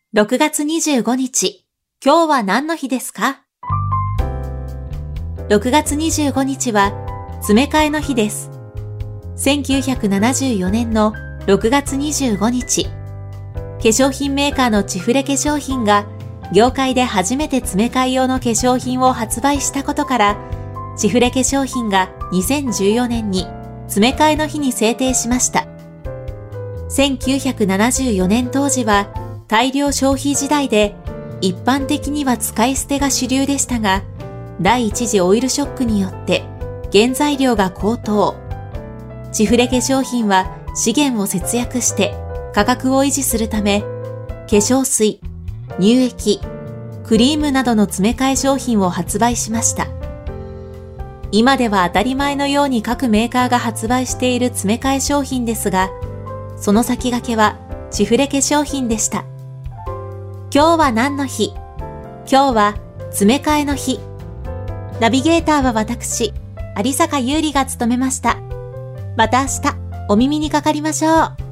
6月25日、今日は何の日ですか？ 6 月25日は詰め替えの日です。1974年の6月25日、化粧品メーカーのチフレ化粧品が業界で初めて詰め替え用の化粧品を発売したことから、チフレ化粧品が2014年に詰め替えの日に制定しました。1974年当時は大量消費時代で一般的には使い捨てが主流でしたが、第一次オイルショックによって原材料が高騰。チフレ化粧品は資源を節約して価格を維持するため、化粧水、乳液、クリームなどの詰め替え商品を発売しました。今では当たり前のように各メーカーが発売している詰め替え商品ですが、その先駆けはチフレ化粧品でした。今日は何の日？今日は詰め替えの日。ナビゲーターは私、有坂優里が務めました。また明日、お耳にかかりましょう。